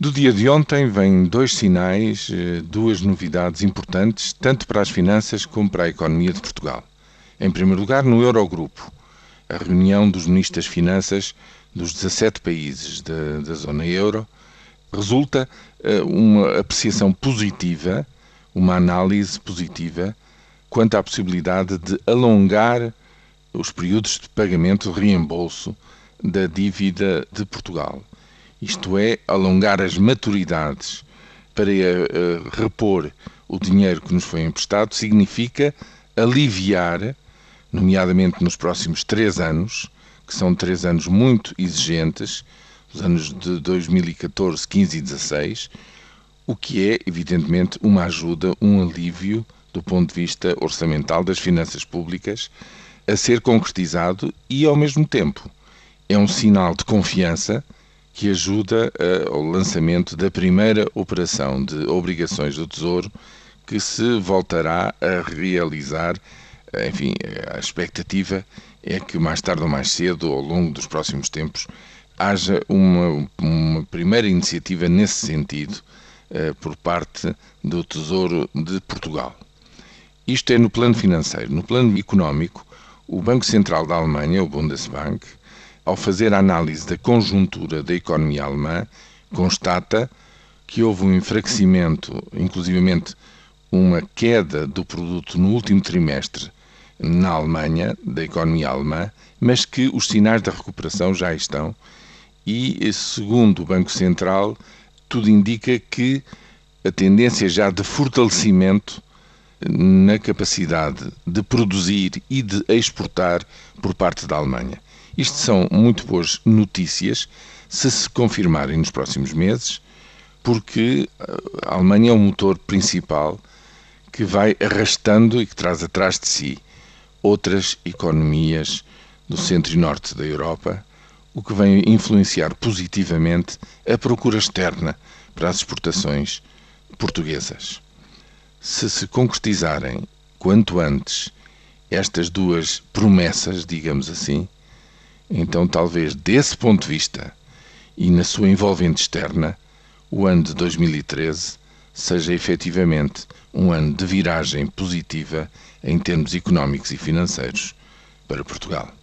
Do dia de ontem vêm dois sinais, duas novidades importantes, tanto para as finanças como para a economia de Portugal. Em primeiro lugar, no Eurogrupo, a reunião dos ministros das Finanças dos 17 países da zona euro, resulta uma apreciação positiva, uma análise positiva, quanto à possibilidade de alongar os períodos de pagamento de reembolso da dívida de Portugal. Isto é, alongar as maturidades para repor o dinheiro que nos foi emprestado, significa aliviar, nomeadamente nos próximos 3 anos, que são 3 anos muito exigentes, os anos de 2014, 15 e 16, o que é, evidentemente, uma ajuda, um alívio do ponto de vista orçamental das finanças públicas, a ser concretizado e, ao mesmo tempo, é um sinal de confiança que ajuda ao lançamento da primeira operação de obrigações do Tesouro que se voltará a realizar. Enfim, a expectativa é que mais tarde ou mais cedo, ao longo dos próximos tempos, haja uma primeira iniciativa nesse sentido por parte do Tesouro de Portugal. Isto é no plano financeiro. No plano económico, o Banco Central da Alemanha, o Bundesbank, ao fazer a análise da conjuntura da economia alemã, constata que houve um enfraquecimento, inclusivamente uma queda do produto no último trimestre na Alemanha, da economia alemã, mas que os sinais da recuperação já estão e, segundo o Banco Central, tudo indica que a tendência já de fortalecimento na capacidade de produzir e de exportar por parte da Alemanha. Isto são muito boas notícias se confirmarem nos próximos meses, porque a Alemanha é o motor principal que vai arrastando e que traz atrás de si outras economias do centro e norte da Europa, o que vem influenciar positivamente a procura externa para as exportações portuguesas. Se concretizarem quanto antes estas duas promessas, digamos assim, então talvez desse ponto de vista e na sua envolvente externa, o ano de 2013 seja efetivamente um ano de viragem positiva em termos económicos e financeiros para Portugal.